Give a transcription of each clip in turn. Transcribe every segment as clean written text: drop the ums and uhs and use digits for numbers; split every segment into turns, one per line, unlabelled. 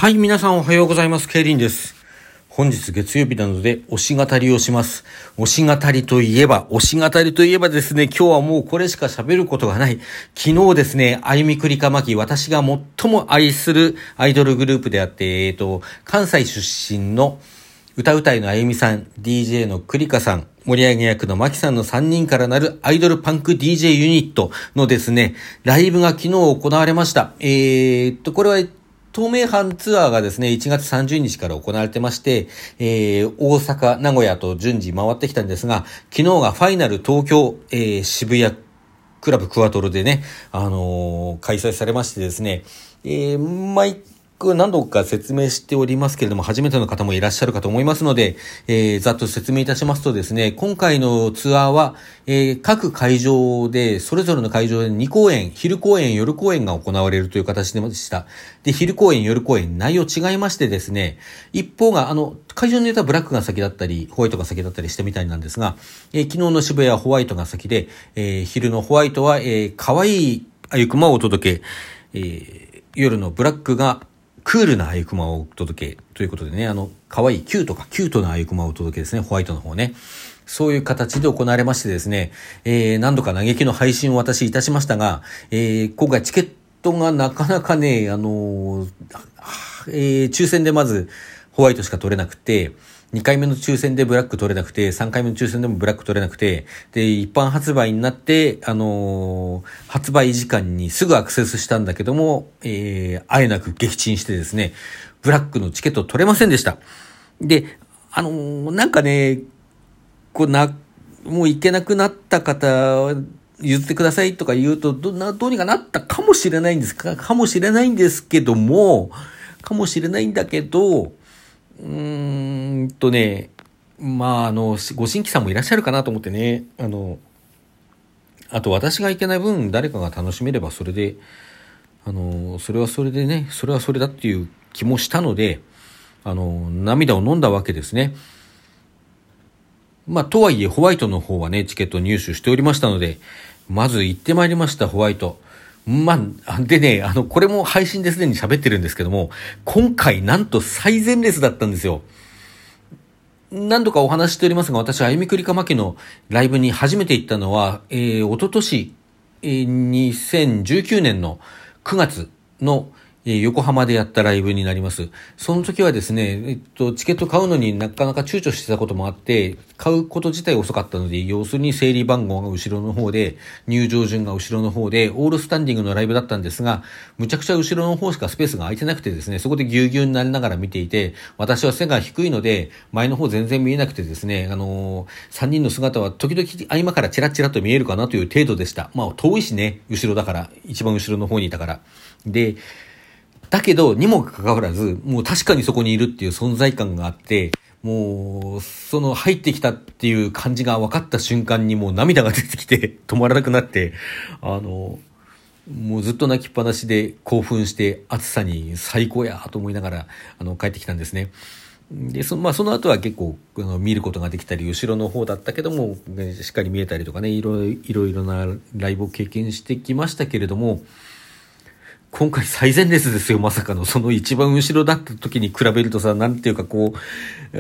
はい、皆さんおはようございます。ケイリンです。本日月曜日なので推し語りをします。推し語りといえばですね、今日はもうこれしか喋ることがない。昨日ですね、あゆみくりかまき、私が最も愛するアイドルグループであって、関西出身の歌うたいのあゆみさん、DJ のくりかさん、盛り上げ役のまきさんの3人からなるアイドルパンク DJ ユニットのですね、ライブが昨日行われました。これは東名阪ツアーがですね、1月30日から行われてまして、大阪、名古屋と順次回ってきたんですが、昨日がファイナル東京、渋谷クラブクワトロでね、開催されましてですね、何度か説明しておりますけれども、初めての方もいらっしゃるかと思いますので、ざっと説明いたしますとですね、今回のツアーは、各会場で、それぞれの会場で2公演、昼公演、夜公演が行われるという形でした。で、昼公演、夜公演、内容違いましてですね、一方が、会場に出たブラックが先だったり、ホワイトが先だったりしてみたいなんですが、昨日の渋谷はホワイトが先で、昼のホワイトは、可愛いあゆくまをお届け、夜のブラックが、クールなあゆくまをお届けということでね、可愛いキュートなあゆくまをお届けですね、ホワイトの方ね。そういう形で行われましてですね、何度か嘆きの配信を私いたしましたが、今回チケットがなかなかね、抽選でまずホワイトしか取れなくて、2回目の抽選でブラック取れなくて、3回目の抽選でもブラック取れなくて、で、一般発売になって、発売時間にすぐアクセスしたんだけども、あえなく撃沈してですね、ブラックのチケット取れませんでした。で、なんかね、もう行けなくなった方、譲ってくださいとか言うと、どうにかなったかもしれないんですけども、ご新規さんもいらっしゃるかなと思ってね、あと私がいけない分誰かが楽しめればそれで、それはそれでね、それはそれだっていう気もしたので、涙を飲んだわけですね。とはいえホワイトの方はね、チケット入手しておりましたので、まず行ってまいりました、ホワイト。でね、これも配信ですでに喋ってるんですけども、今回なんと最前列だったんですよ。何度かお話ししておりますが、私、あゆみくりかまきのライブに初めて行ったのは、一昨年、2019年の9月の、横浜でやったライブになります。その時はですね、チケット買うのになかなか躊躇してたこともあって、買うこと自体遅かったので、要するに整理番号が後ろの方で、入場順が後ろの方で、オールスタンディングのライブだったんですが、むちゃくちゃ後ろの方しかスペースが空いてなくてですね、そこでぎゅうぎゅうになりながら見ていて、私は背が低いので、前の方全然見えなくてですね、3人の姿は時々合間からチラチラと見えるかなという程度でした。遠いしね、後ろだから、一番後ろの方にいたから。で、だけど、にもかかわらず、もう確かにそこにいるっていう存在感があって、もう、入ってきたっていう感じが分かった瞬間にもう涙が出てきて、止まらなくなって、もうずっと泣きっぱなしで興奮して、暑さに最高やと思いながら、帰ってきたんですね。で、その後は結構、見ることができたり、後ろの方だったけども、しっかり見えたりとかね、いろいろなライブを経験してきましたけれども、今回最前列ですよ、まさかの。その一番後ろだった時に比べるとさ、なんていうかこう、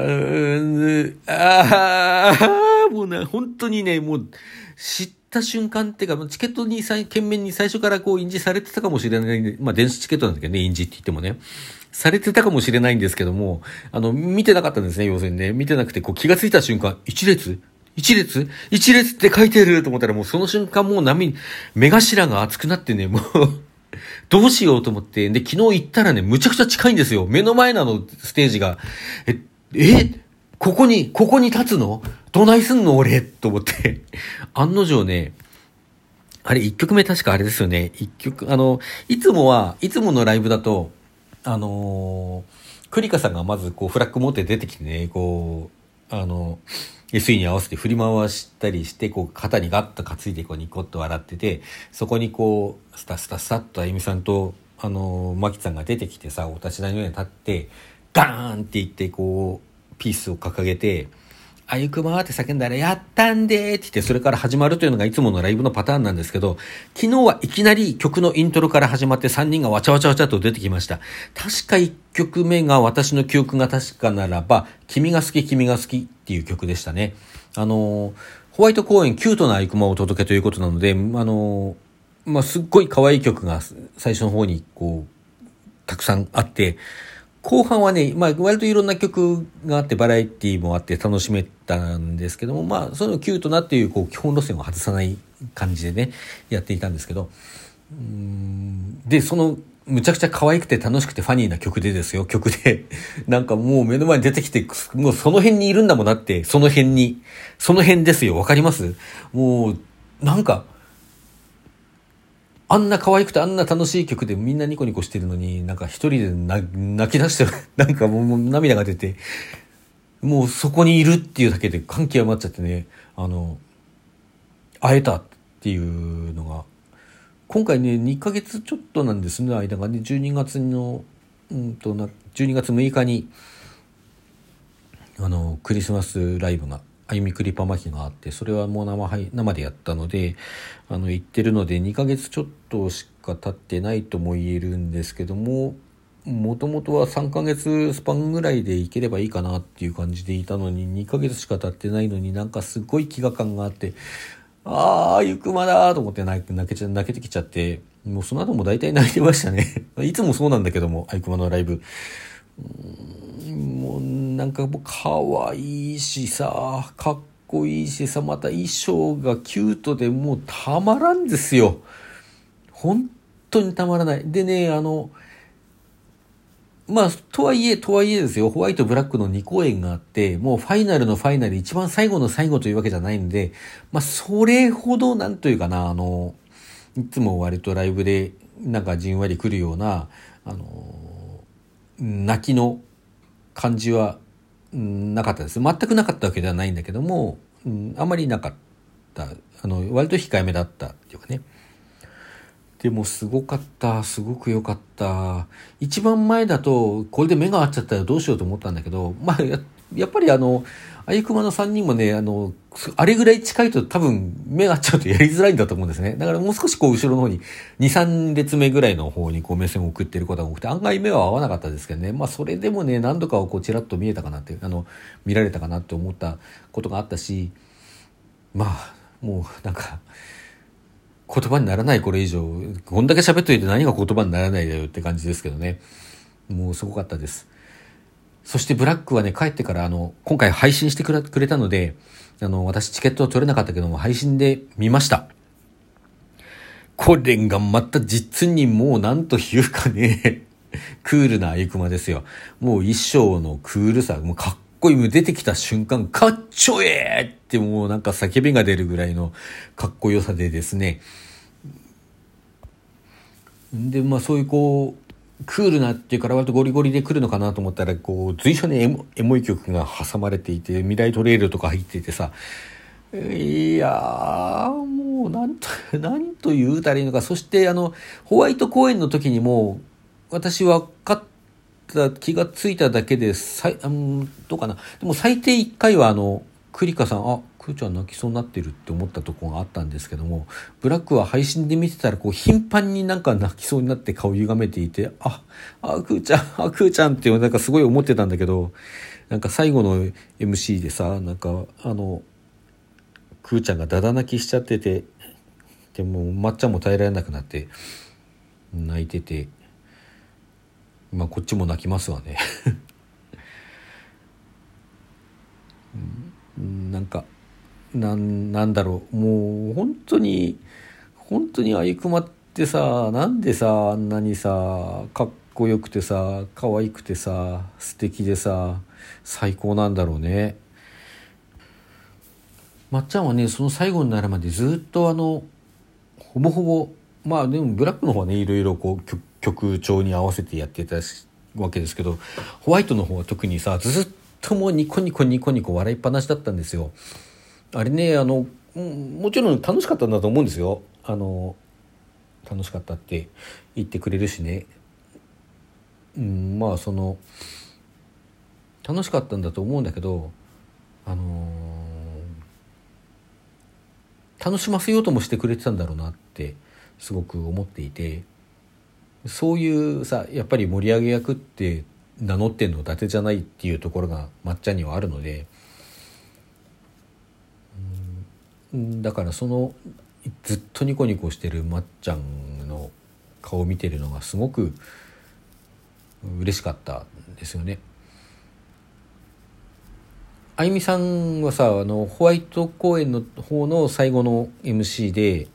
もうね、本当にね、もう、知った瞬間っていうか、チケットに懸命に最初からこう印字されてたかもしれない。電子チケットなんだけどね、印字って言ってもね。されてたかもしれないんですけども、見てなかったんですね、要するにね。見てなくて、こう気がついた瞬間、一列って書いてると思ったらもうその瞬間もう目頭が熱くなってね、もうどうしようと思って。で、昨日行ったらね、むちゃくちゃ近いんですよ。目の前なの、ステージが。ここに立つのどないすんの俺と思って。案の定ね、あれ、1曲目確かあれですよね。いつものライブだと、クリカさんがまずこう、フラッグ持って出てきてね、こう、SE に合わせて振り回したりして、こう、肩にガッと担いで、こう、ニコッと笑ってて、そこにこう、スタッとあゆみさんと、マキさんが出てきてさ、お立ち台の上に立って、ガーンって言って、こう、ピースを掲げて、 あゆくまーって叫んだら、やったんでーって言って、それから始まるというのがいつものライブのパターンなんですけど、昨日はいきなり曲のイントロから始まって3人がわちゃわちゃわちゃと出てきました。確か1曲目が私の記憶が確かならば、君が好き君が好きっていう曲でしたね。ホワイト公演キュートなあゆくまをお届けということなので、すっごい可愛い曲が最初の方にたくさんあって、後半はね、割といろんな曲があってバラエティもあって楽しめたんですけども、そのキュートなっていう基本路線を外さない感じでね、やっていたんですけど、で、むちゃくちゃ可愛くて楽しくてファニーな曲でですよ、曲で。なんかもう目の前に出てきて、もうその辺にいるんだもんなって、その辺ですよ、わかります？もう、なんか、あんな可愛くてあんな楽しい曲でみんなニコニコしてるのに、なんか一人で泣き出して、なんかもう涙が出て、もうそこにいるっていうだけで感極まっちゃってね、会えたっていうのが、今回ね、2ヶ月ちょっとなんですね、間がね、12月6日に、クリスマスライブが、あゆみクリパマキがあって、それはもう生でやったので、行ってるので2ヶ月ちょっとしか経ってないとも言えるんですけども、もともとは3ヶ月スパンぐらいで行ければいいかなっていう感じでいたのに、2ヶ月しか経ってないのになんかすごい飢餓感があって、ゆくまだーと思って泣けてきちゃって、もうその後も大体泣いてましたね。いつもそうなんだけども、あゆくまのライブ。もうなんかもう可愛いしさ、かっこいいしさ、また衣装がキュートでもうたまらんですよ。本当にたまらない。でね、とはいえですよ、ホワイトブラックの2公演があって、もうファイナルのファイナル、一番最後の最後というわけじゃないんで、それほどなんというかな、いつも割とライブでなんかじんわり来るような、泣きの感じはなかったです。全くなかったわけではないんだけども、あんまりなかった。割と控えめだったっていうかね。でもすごかった。すごく良かった。一番前だと、これで目が合っちゃったらどうしようと思ったんだけど、やっぱりあゆくまの3人もね、あれぐらい近いと多分目が合っちゃうとやりづらいんだと思うんですね。だからもう少し後ろの方に、2、3列目ぐらいの方に目線を送ってることが多くて、案外目は合わなかったですけどね。それでもね、何度かをちらっと見えたかなって、見られたかなって思ったことがあったし、もうなんか、言葉にならないこれ以上、こんだけ喋っといて何が言葉にならないだよって感じですけどね。もうすごかったです。そしてブラックはね、帰ってから今回配信してくれたので、私チケットは取れなかったけども、配信で見ました。これがまた実にもうなんというかね、クールなあゆくまですよ。もう衣装のクールさ、もうかっこいい。出てきた瞬間、かっちょえーってもうなんか叫びが出るぐらいのかっこよさでですね。で、そういうクールなっていうから割とゴリゴリで来るのかなと思ったら、随所にエモい曲が挟まれていて、未来トレイルとか入っていてさ、いやー、もうなんと言うたらいいのか。そしてホワイト公演の時にも、私分かった気がついただけで、どうかな。でも最低1回はクリカさん、クーちゃん泣きそうになってるって思ったところがあったんですけども、ブラックは配信で見てたら頻繁になんか泣きそうになって顔歪めていて、クーちゃんってなんかすごい思ってたんだけど、なんか最後の MC でさ、なんかクーちゃんがダダ泣きしちゃってて、でもまっちゃんも耐えられなくなって泣いてて、こっちも泣きますわね。なんかなんだろう、もう本当にあゆくまってさ、なんでさあんなにさかっこよくてさ可愛くてさ素敵でさ最高なんだろうね。まっちゃんはね、その最後になるまでずっとほぼほぼ、でもブラックの方はね、いろいろ曲調に合わせてやってたわけですけど、ホワイトの方は特にさ、ずっともうニコニコ笑いっぱなしだったんですよ。あれね、もちろん楽しかったんだと思うんですよ。楽しかったって言ってくれるしね。楽しかったんだと思うんだけど、 楽しませようともしてくれてたんだろうなってすごく思っていて、そういうさ、やっぱり盛り上げ役って名乗ってんの伊達じゃないっていうところがまっちゃんにはあるので、だからそのずっとニコニコしてるまっちゃんの顔を見てるのがすごく嬉しかったんですよね。あゆみさんはさ、ホワイト公演の方の最後の MC で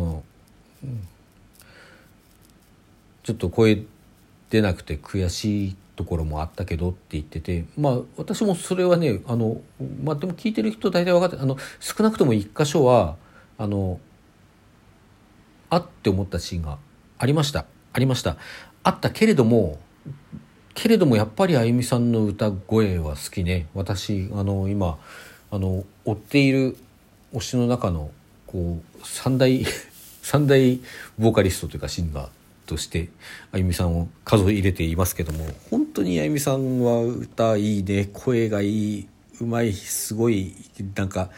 ちょっと声出なくて悔しいところもあったけどって言ってて、まあ私もそれはね、まあでも聞いてる人大体分かって、少なくとも一箇所はあって思ったシーンがありましたあったけれどもやっぱりあゆみさんの歌声は好きね。私今追っている推しの中のこう三大ボーカリストというかシンガーとしてあゆみさんを数を入れていますけども、本当にあゆみさんは歌いいね。声がいい、うまい、すごい。なんか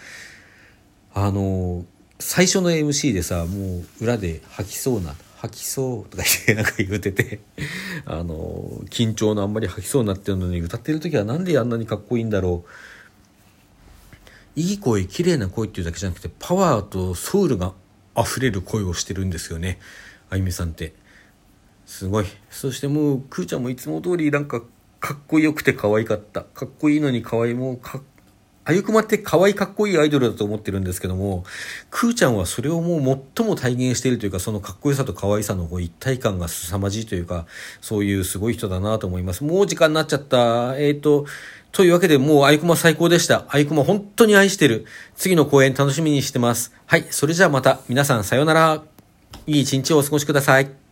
最初の MC でさ、もう裏で吐きそうとかなんか言ってて緊張のあんまり吐きそうになってるのに、歌ってる時はなんであんなにかっこいいんだろう。いい声、綺麗な声っていうだけじゃなくて、パワーとソウルが溢れる声をしてるんですよね、あゆみさんってすごい。そしてもうくーちゃんもいつも通りなんかかっこよくて可愛かった。かっこいいのに可愛い。もうあゆくまって可愛いかっこいいアイドルだと思ってるんですけども、くーちゃんはそれをもう最も体現しているというか、そのかっこよさと可愛さの一体感が凄まじいというか、そういうすごい人だなと思います。もう時間になっちゃった。というわけで、もうあゆくま最高でした。あゆくま本当に愛してる。次の公演楽しみにしてます。はい、それじゃあまた皆さんさようなら。いい一日をお過ごしください。